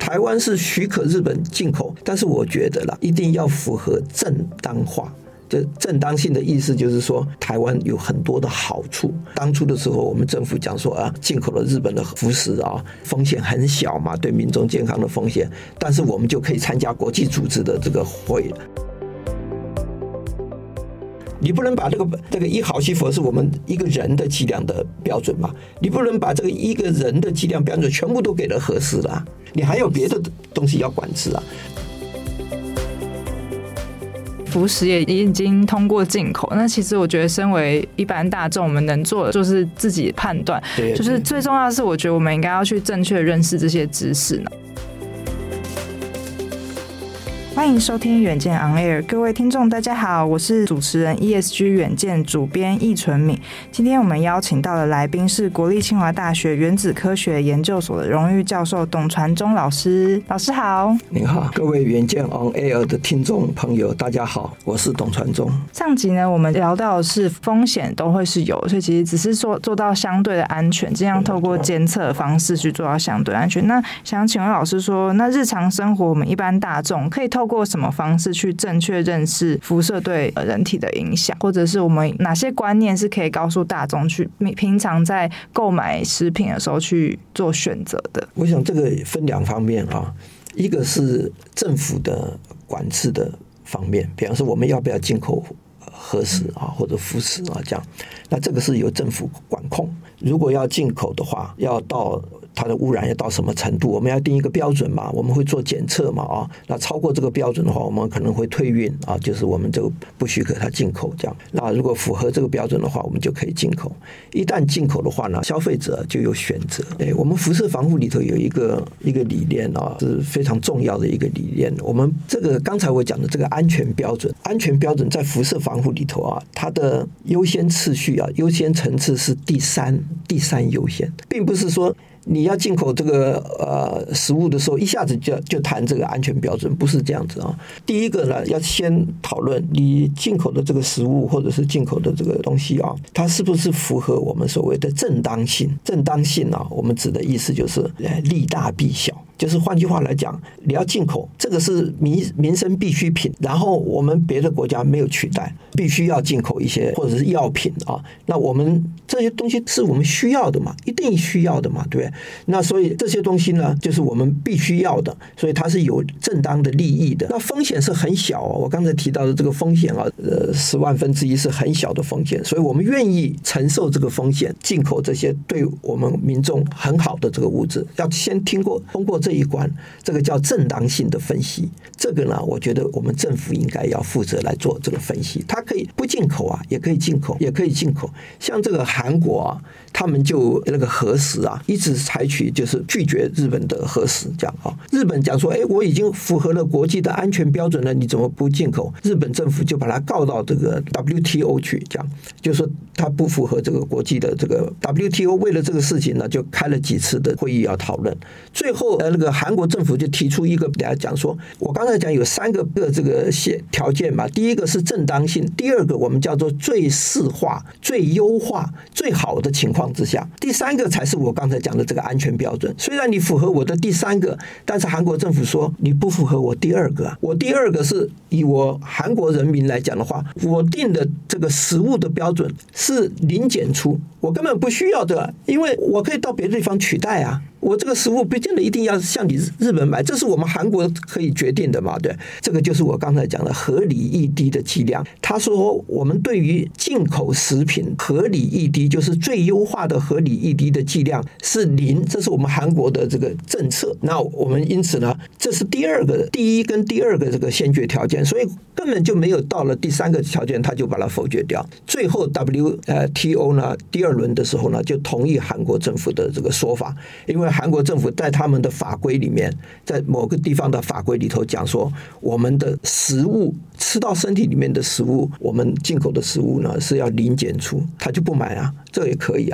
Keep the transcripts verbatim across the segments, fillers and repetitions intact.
台湾是许可日本进口，但是我觉得啦，一定要符合正当化。就正当性的意思就是说，台湾有很多的好处。当初的时候，我们政府讲说啊，进口了日本的福食啊，风险很小嘛，对民众健康的风险，但是我们就可以参加国际组织的这个会了。你不能把这个这个一毫西弗是我们一个人的剂量的标准嘛？你不能把这个一个人的剂量标准全部都给了核食了，你还有别的东西要管制啊。 福食也已经通过进口，那其实我觉得身为一般大众，我们能做的就是自己判断，就是最重要的是，我觉得我们应该要去正确认识这些知识呢。欢迎收听远见 On Air， 各位听众大家好，我是主持人 E S G 远见主编易纯敏。今天我们邀请到的来宾是国立清华大学原子科学研究所的荣誉教授董传忠老师。老师好。 您好，各位远见 On Air 的听众朋友大家好，我是董传忠。 上集呢，我们聊到的是风险都会是有，所以其实只是做做到相对的安全，尽量透过监测的方式去做到相对安全。那想请问老师说，那日常生活我们一般大众可以透过什么方式去正确认识辐射对人体的影响，或者是我们哪些观念是可以告诉大众去平常在购买食品的时候去做选择的？ 我想这个分两方面啊，一个是政府的管制的方面，比方说我们要不要进口核食啊或者福食啊这样，那这个是由政府管控。如果要进口的话，要到它的污染要到什么程度，我们要定一个标准嘛，我们会做检测嘛啊，那超过这个标准的话，我们可能会退运啊，就是我们这个不许可它进口这样。那如果符合这个标准的话，我们就可以进口。一旦进口的话呢，消费者就有选择。哎，我们辐射防护里头有一个一个理念啊，是非常重要的一个理念。我们这个刚才我讲的这个安全标准，安全标准在辐射防护里头啊，它的优先次序啊，优先层次是第三第三优先，并不是说你要进口这个呃食物的时候，一下子就就谈这个安全标准，不是这样子啊。第一个呢，要先讨论你进口的这个食物或者是进口的这个东西啊，它是不是符合我们所谓的正当性？正当性啊，我们指的意思就是利大弊小。就是换句话来讲，你要进口这个是民民生必需品，然后我们别的国家没有取代，必须要进口一些或者是药品啊。那我们这些东西是我们需要的嘛，一定需要的嘛，对不对？那所以这些东西呢，就是我们必须要的，所以它是有正当的利益的。那风险是很小哦，我刚才提到的这个风险啊，呃，十万分之一是很小的风险，所以我们愿意承受这个风险，进口这些对我们民众很好的这个物质，要先听过通过这一关，这个叫正当性的分析。这个呢，我觉得我们政府应该要负责来做这个分析。它可以不进口啊，也可以进口，也可以进口。像这个韩国啊，他们就那个核食啊，一直采取就是拒绝日本的核食，这样啊。日本讲说，哎，我已经符合了国际的安全标准了，你怎么不进口？日本政府就把它告到这个 W T O 去，这样就说它不符合这个国际的这个 W T O。为了这个事情呢，就开了几次的会议要讨论。最后，呃，那个韩国政府就提出一个，大家讲说，我刚才讲有三个这个条件嘛，第一个是正当性，第二个我们叫做最适化、最优化、最好的情况之下，第三个才是我刚才讲的这个安全标准。虽然你符合我的第三个，但是韩国政府说你不符合我第二个啊。我第二个是以我韩国人民来讲的话，我定的这个食物的标准是零检出，我根本不需要的，因为我可以到别的地方取代啊。我这个食物不见得一定要向你日本买，这是我们韩国可以决定的嘛？对，这个就是我刚才讲的合理益低的剂量。他说，我们对于进口食品合理益低，就是最优化的合理益低的剂量是零，这是我们韩国的这个政策。那我们因此呢，这是第二个，第一跟第二个这个先决条件，所以根本就没有到了第三个条件，他就把它否决掉。最后 W T O 呢，第二轮的时候呢，就同意韩国政府的这个说法，因为韩国政府在他们的法规里面，在某个地方的法规里头讲说，我们的食物吃到身体里面的食物，我们进口的食物呢是要零检出，他就不买啊，这也可以啊。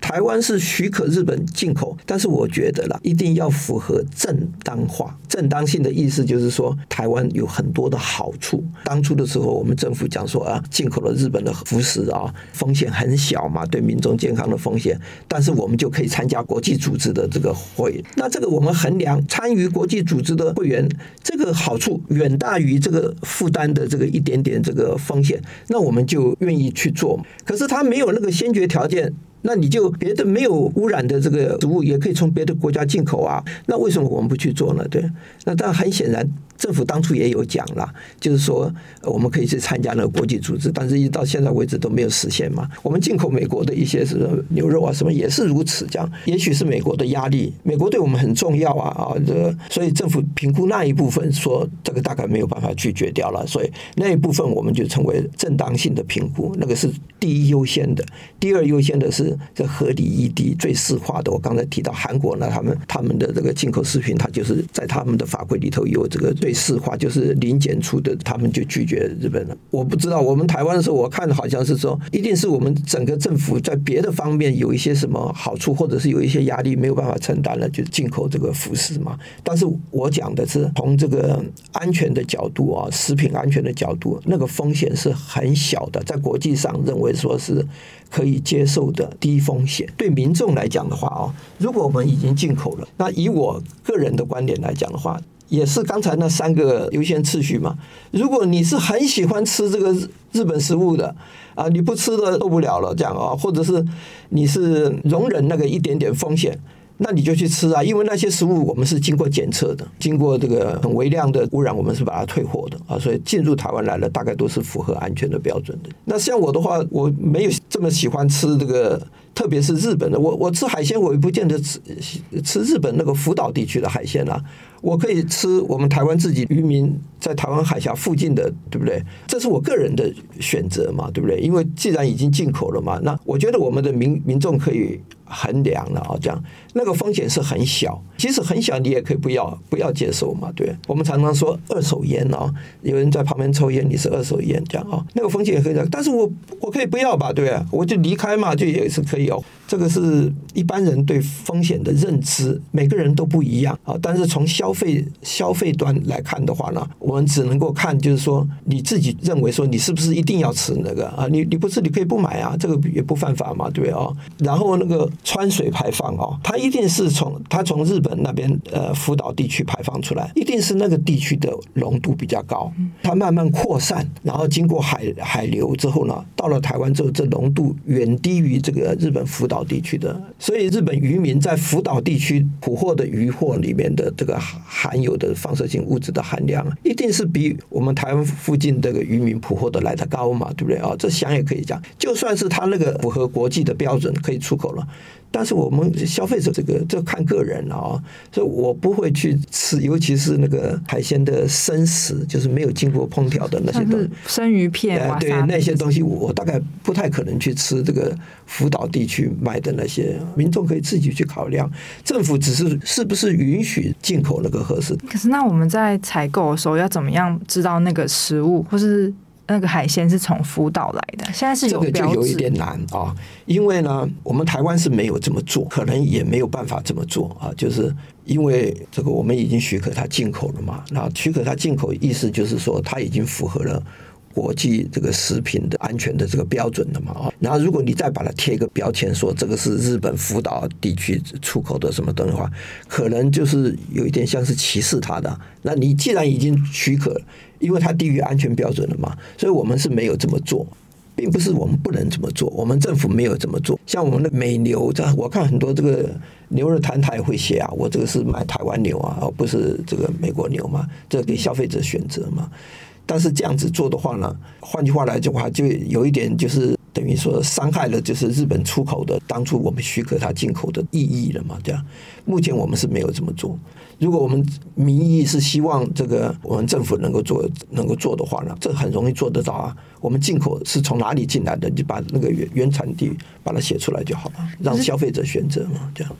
台湾是许可日本进口，但是我觉得啦，一定要符合正当化。正当性的意思就是说，台湾有很多的好处。当初的时候，我们政府讲说啊，进口了日本的福食啊，风险很小嘛，对民众健康的风险，但是我们就可以参加国际组织的这个会。那这个我们衡量参与国际组织的会员，这个好处远大于这个负担的这个一点点这个风险，那我们就愿意去做。可是他没有那个先决条件。那你就别的没有污染的这个食物也可以从别的国家进口啊，那为什么我们不去做呢？对，那当然很显然政府当初也有讲啦，就是说我们可以去参加那个国际组织，但是一到现在为止都没有实现嘛。我们进口美国的一些什么牛肉啊什么也是如此，这样也许是美国的压力，美国对我们很重要啊啊，这个所以政府评估那一部分说这个大概没有办法拒绝掉了，所以那一部分我们就称为正当性的评估，那个是第一优先的，第二优先的是。这合理依地最适化的，我刚才提到韩国呢，他们他们的这个进口食品，它就是在他们的法规里头有这个最适化，就是零检出的，他们就拒绝日本了。我不知道我们台湾的时候，我看好像是说，一定是我们整个政府在别的方面有一些什么好处，或者是有一些压力没有办法承担了，就进口这个福食嘛。但是我讲的是从这个安全的角度啊，食品安全的角度，那个风险是很小的，在国际上认为说是可以接受的低风险。对民众来讲的话哦，如果我们已经进口了，那以我个人的观点来讲的话，也是刚才那三个优先次序嘛。如果你是很喜欢吃这个日本食物的啊，你不吃的受不了了这样啊，或者是你是容忍那个一点点风险，那你就去吃啊，因为那些食物我们是经过检测的，经过这个很微量的污染，我们是把它退货的啊，所以进入台湾来了，大概都是符合安全的标准的。那像我的话，我没有这么喜欢吃这个，特别是日本的，我我吃海鲜，我也不见得吃吃日本那个福岛地区的海鲜啊。我可以吃我们台湾自己渔民在台湾海峡附近的，对不对？这是我个人的选择嘛，对不对？因为既然已经进口了嘛，那我觉得我们的民民众可以衡量了啊，这样那个风险是很小，即使很小，你也可以不要不要接受嘛，对。我们常常说二手烟啊，有人在旁边抽烟，你是二手烟这样啊，那个风险也可以，但是我我可以不要吧，对啊，我就离开嘛，就也是可以哦。这个是一般人对风险的认知，每个人都不一样啊。但是从消费消费端来看的话呢，我们只能够看，就是说你自己认为说你是不是一定要吃那个啊？你你不吃你可以不买啊，这个也不犯法嘛，对啊。然后那个川水排放哦，它一定是从它从日本那边呃福岛地区排放出来，一定是那个地区的浓度比较高，它慢慢扩散，然后经过海海流之后呢，到了台湾之后，这浓度远低于这个日本福岛地区的，所以日本渔民在福岛地区捕获的渔获里面的这个含有的放射性物质的含量，一定是比我们台湾附近这个渔民捕获的来得高嘛，对不对啊？这想也可以讲，就算是他那个符合国际的标准可以出口了，但是我们消费者这个这看个人啊，所以我不会去吃，尤其是那个海鲜的生食，就是没有经过烹调的那些东西， 生鱼片、 呃，对那些东西，我大概不太可能去吃这个福岛地区卖的那些，民众可以自己去考量。政府只是是不是允许进口那个合适？ 可是那我们在采购的时候要怎么样知道那个食物或是那个海鲜是从福岛来的？现在是有标志， 这个就有一点难啊，因为呢，我们台湾是没有这么做，可能也没有办法这么做啊，就是因为这个我们已经许可它进口了嘛，那许可它进口意思就是说它已经符合了国际这个食品的安全的这个标准的嘛，然后如果你再把它贴一个标签说这个是日本福岛地区出口的什么东西的话，可能就是有一点像是歧视它的。那你既然已经许可，因为它低于安全标准了嘛，所以我们是没有这么做，并不是我们不能这么做，我们政府没有这么做。像我们的美牛，我看很多这个牛肉摊他也会写啊，我这个是买台湾牛啊，而不是这个美国牛嘛，这给消费者选择嘛。但是这样子做的话呢，换句话来讲的话，就有一点就是等于说伤害了就是日本出口的当初我们许可它进口的意义了嘛。这样，目前我们是没有这么做。如果我们民意是希望这个我们政府能够做能够做的话呢，这很容易做得到啊。我们进口是从哪里进来的，就把那个原原产地把它写出来就好了，让消费者选择嘛，这样。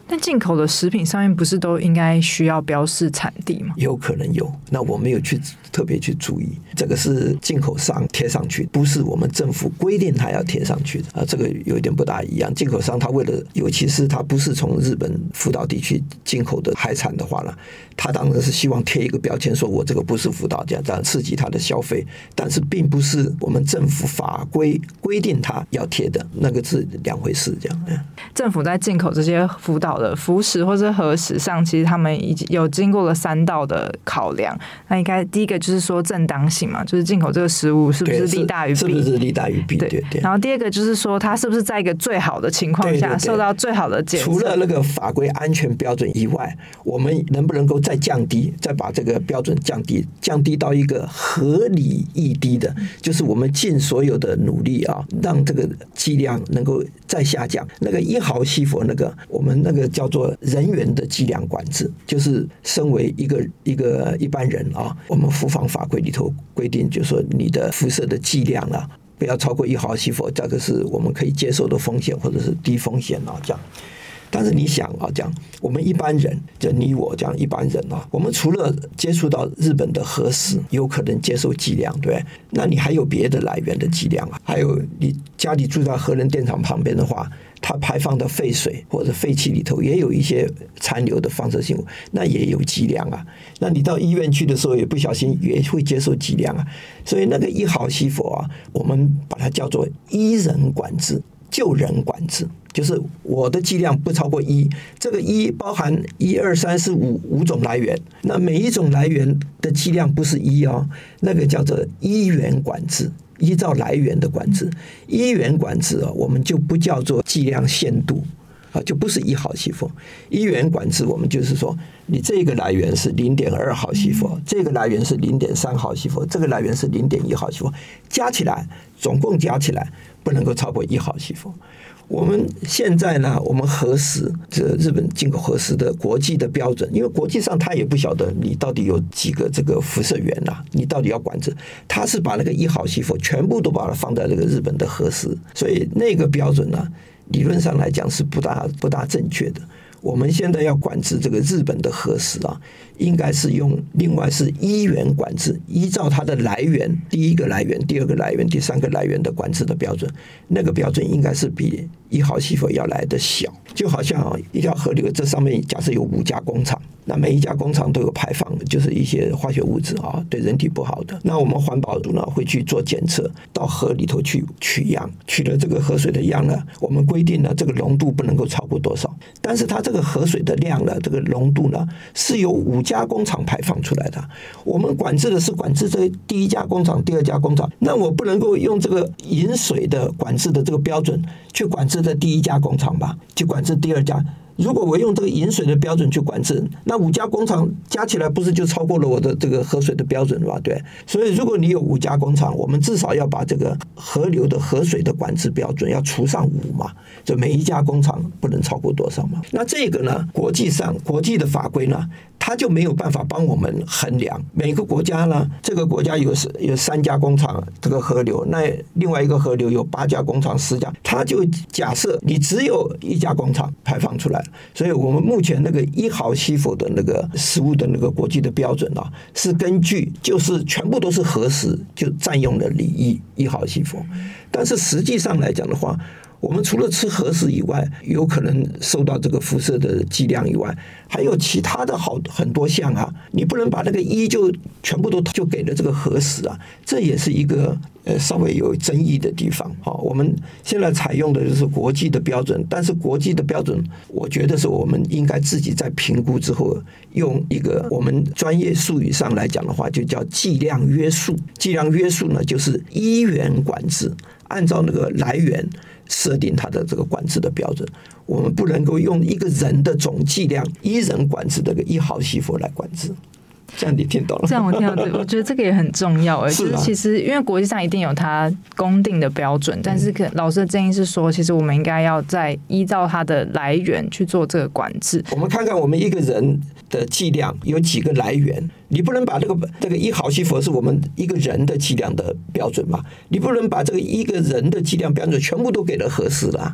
但进口的食品上面不是都应该需要标示产地吗？ 有可能有，那我没有去特别去注意，这个是进口商贴上去，不是我们政府规定他要贴上去的啊，这个有一点不大一样。进口商他为了，尤其是他不是从日本福岛地区进口的海产的话呢，他当然是希望贴一个标签，说我这个不是福岛，这样这样刺激他的消费，但是并不是我们政府法规规定他要贴的，那个是两回事。这样， 政府在进口这些福岛的福食或是和食上，其实他们已经有经过了三道的考量。那应该第一个就是说正当性嘛，就是进口这个食物是不是利大于弊， 是不是利大于弊？ 对对对。然后第二个就是说，它是不是在一个最好的情况下对对对受到最好的检测。 除了那个法规安全标准以外，我们能不能够再降低，再把这个标准降低，降低到一个合理易低的，就是我们尽所有的努力啊，让这个剂量能够再下降。那个一毫西弗那个，我们那个叫做人员的剂量管制，就是身为一个一个一般人啊，我们服防法规里头规定，就是说你的辐射的剂量啊，不要超过一毫西弗，这个是我们可以接受的风险，或者是低风险啊，这样。但是你想啊，这样我们一般人，就你我这样一般人啊，我们除了接触到日本的核食，有可能接受剂量，对，那你还有别的来源的剂量啊？还有你家里住在核能电厂旁边的话，它排放的废水或者废气里头也有一些残留的放射性物，那也有剂量啊。那你到医院去的时候，也不小心也会接受剂量啊。所以那个一毫西弗啊，我们把它叫做依人管制。就人管制，就是我的剂量不超过一，这个一包含一二三四五五种来源，那每一种来源的剂量不是一哦，那个叫做依源管制，依照来源的管制，依源管制啊，我们就不叫做剂量限度啊，就不是一毫西弗。依源管制，我们就是说，你这个来源是零点二毫西弗，这个来源是零点三毫西弗，这个来源是零点一毫西弗，加起来总共加起来不能够超过一毫西弗。我们现在呢，我们核食这日本进口核食的国际的标准，因为国际上他也不晓得你到底有几个这个辐射源啊，你到底要管制，他是把那个一毫西弗全部都把它放在这个日本的核食，所以那个标准呢，理论上来讲是不大不大正确的。我们现在要管制这个日本的核食啊，应该是用另外是依源管制，依照它的来源，第一个来源、第二个来源、第三个来源的管制的标准，那个标准应该是比一毫西弗要来的小。就好像啊，一条河流，这上面假设有五家工厂，那每一家工厂都有排放，就是一些化学物质啊，对人体不好的。那我们环保组呢会去做检测，到河里头去取样，取了这个河水的样呢，我们规定了这个浓度不能够超过多少，但是它这个河水的量呢，这个浓度呢，是由五家工厂排放出来的。我们管制的是管制这第一家工厂、第二家工厂，那我不能够用这个饮水的管制的这个标准去管制的第一家工厂吧，去管制第二家。如果我用这个饮水的标准去管制，那五家工厂加起来不是就超过了我的这个河水的标准了吧？对，所以如果你有五家工厂，我们至少要把这个河流的河水的管制标准要除上五嘛，就每一家工厂不能超过多少嘛。那这个呢，国际上国际的法规呢，它就没有办法帮我们衡量。每个国家呢，这个国家有有三家工厂，这个河流，那另外一个河流有八家工厂、十家，它就假设你只有一家工厂排放出来。所以我们目前那个一毫西弗的那个食物的那个国际的标准啊，是根据就是全部都是核食就占用了里一一毫西弗，但是实际上来讲的话，我们除了吃核食以外，有可能受到这个辐射的剂量以外，还有其他的好很多项啊，你不能把那个一就全部都就给了这个核食啊，这也是一个呃稍微有争议的地方啊。我们现在采用的就是国际的标准，但是国际的标准，我觉得是我们应该自己在评估之后，用一个我们专业术语上来讲的话，就叫剂量约束。剂量约束呢，就是依源管制，按照那个来源设定它的这个管制的标准，我们不能够用一个人的总剂量依人管制这个一毫西弗来管制。这样你听懂了？ 这样我听到，我觉得这个也很重要哎、欸。就是其实因为国际上一定有它公定的标准，但是老师的建议是说，其实我们应该要再依照它的来源去做这个管制。 我们看看我们一个人的剂量有几个来源，你不能把这个这个一毫西弗是我们一个人的剂量的标准嘛？你不能把这个一个人的剂量标准全部都给了核食了。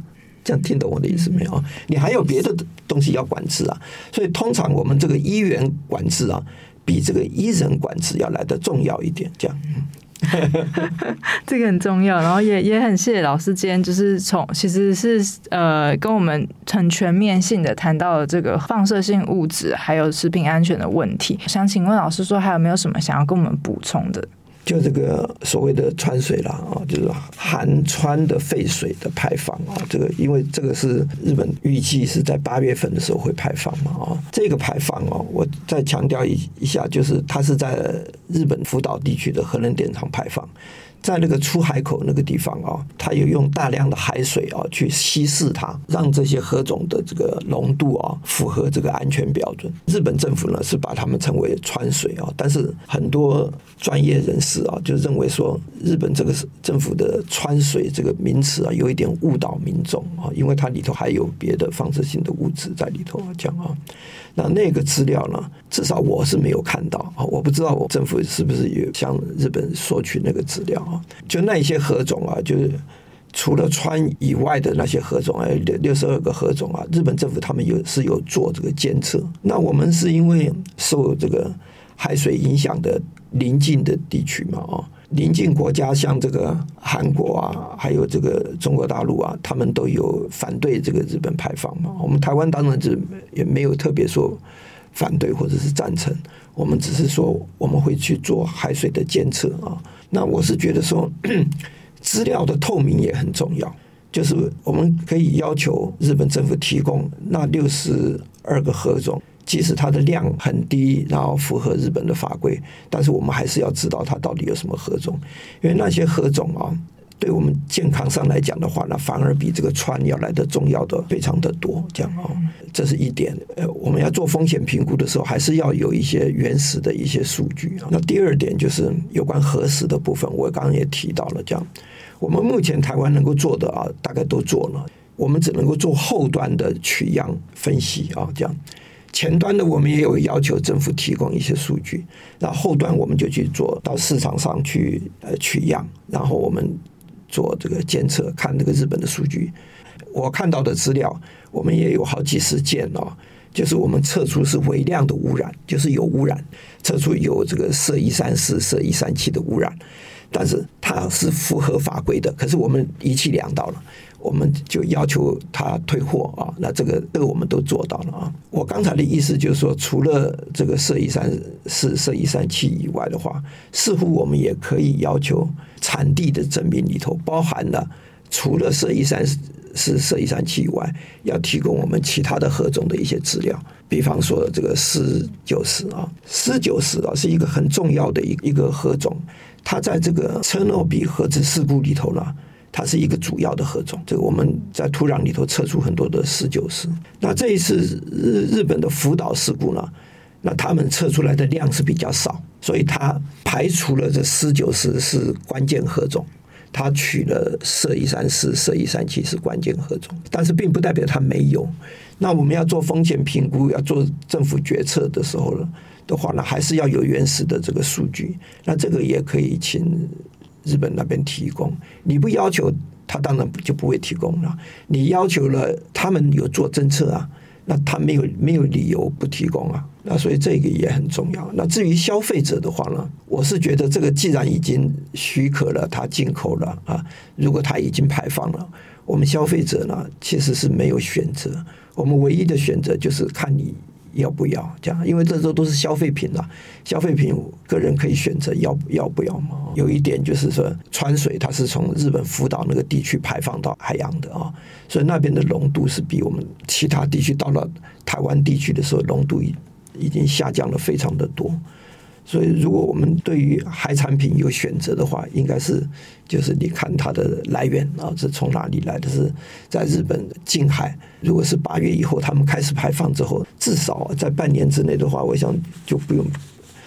这样听懂我的意思没有？你还有别的东西要管制啊，所以通常我们这个医源管制啊，比这个医人管制要来得重要一点，这样。 这个很重要，然后也也很谢谢老师今天就是从其实是呃跟我们很全面性的谈到了这个放射性物质还有食品安全的问题。想请问老师说还有没有什么想要跟我们补充的？ 就这个所谓的川水啦啊，就是含川的废水的排放啊，这个因为这个是日本预计是在八月份的时候会排放嘛啊，这个排放哦，我再强调一一下，就是它是在日本福岛地区的核能电厂排放。在那个出海口那个地方啊，它有用大量的海水啊去稀释它，让这些核种的这个浓度啊符合这个安全标准。日本政府呢是把它们称为川水啊，但是很多专业人士啊就认为说，日本这个政府的川水这个名词啊有一点误导民众啊，因为它里头还有别的放射性的物质在里头讲啊。那那个资料呢，至少我是没有看到啊，我不知道政府是不是有向日本索取那个资料啊。就那一些核种啊，就是除了氚以外的那些核种，哎，六十二个核种啊，日本政府他们有是有做这个监测。那我们是因为受这个海水影响的邻近的地区嘛，啊，邻近国家像这个韩国啊，还有这个中国大陆啊，他们都有反对这个日本排放嘛。我们台湾当然是也没有特别说反对或者是赞成，我们只是说我们会去做海水的监测啊。那我是觉得说，资料的透明也很重要，就是我们可以要求日本政府提供那六十二个核种，即使它的量很低，然后符合日本的法规，但是我们还是要知道它到底有什么核种，因为那些核种啊，对我们健康上来讲的话呢，反而比这个氚要来的重要的非常的多，这样啊，这是一点。呃，我们要做风险评估的时候，还是要有一些原始的一些数据啊。那第二点就是有关核实的部分，我刚刚也提到了，这样我们目前台湾能够做的啊，大概都做了，我们只能够做后端的取样分析啊，这样。前端的我们也有要求政府提供一些数据，然后后端我们就去做到市场上去呃取样，然后我们做这个监测，看这个日本的数据。我看到的资料，我们也有好几十件哦，就是我们测出是微量的污染，就是有污染，测出有这个铯一三四、铯一三七的污染，但是它是符合法规的，可是我们仪器量到了，我们就要求他退货啊。那这个这个我们都做到了啊。我刚才的意思就是说，除了这个铯一三四、铯一三七以外的话，似乎我们也可以要求产地的证明里头包含了除了铯一三四、铯一三七以外，要提供我们其他的核种的一些资料，比方说这个铯九十啊，铯九十啊是一个很重要的一一个核种，它在这个车诺比核子事故里头呢，它是一个主要的核种。这个我们在土壤里头测出很多的铯九十。那这一次日日本的福岛事故呢，那他们测出来的量是比较少，所以它排除了这铯九十是关键核种。他取了铯一三四、铯一三七是关键核种，但是并不代表它没有。那我们要做风险评估、要做政府决策的时候呢的话呢，还是要有原始的这个数据。那这个也可以请日本那边提供。你不要求，他当然就不会提供了。你要求了，他们有做侦测啊，那他没有没有理由不提供啊。那所以这个也很重要。那至于消费者的话呢，我是觉得这个既然已经许可了，它进口了啊，如果它已经排放了，我们消费者呢其实是没有选择，我们唯一的选择就是看你要不要这样，因为这都都是消费品啊，消费品个人可以选择要要不要嘛。有一点就是说，川水它是从日本福岛那个地区排放到海洋的啊，所以那边的浓度是比我们其他地区到了台湾地区的时候浓度已经下降了非常的多。所以如果我们对于海产品有选择的话，应该是就是你看它的来源啊，是从哪里来的，是在日本近海。如果是八月以后他们开始排放之后，至少在半年之内的话，我想就不用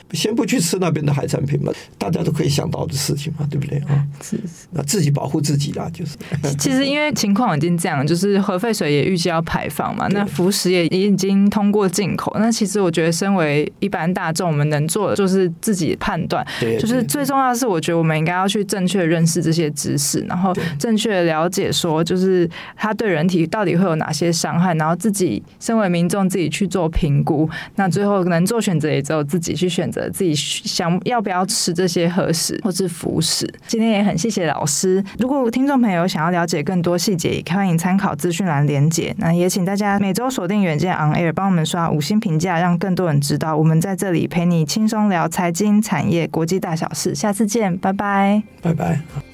先不去吃那边的海产品嘛，大家都可以想到的事情嘛，对不对啊？ 是是， 那自己保护自己啦，就是。 其实因为情况已经这样，就是核废水也预计要排放嘛，那福食也已经通过进口。那其实我觉得，身为一般大众，我们能做的就是自己判断，就是最重要的是，我觉得我们应该要去正确认识这些知识，然后正确的了解说，就是它对人体到底会有哪些伤害，然后自己身为民众自己去做评估。那最后能做选择，也只有自己去选择自己想要不要吃这些核食或是福食。今天也很谢谢老师。如果听众朋友想要了解更多细节，也欢迎参考资讯栏连结。那也请大家每周锁定远见 On Air， 帮我们刷五星评价，让更多人知道我们在这里陪你轻松聊财经、产业、国际大小事。下次见，拜拜， 拜拜。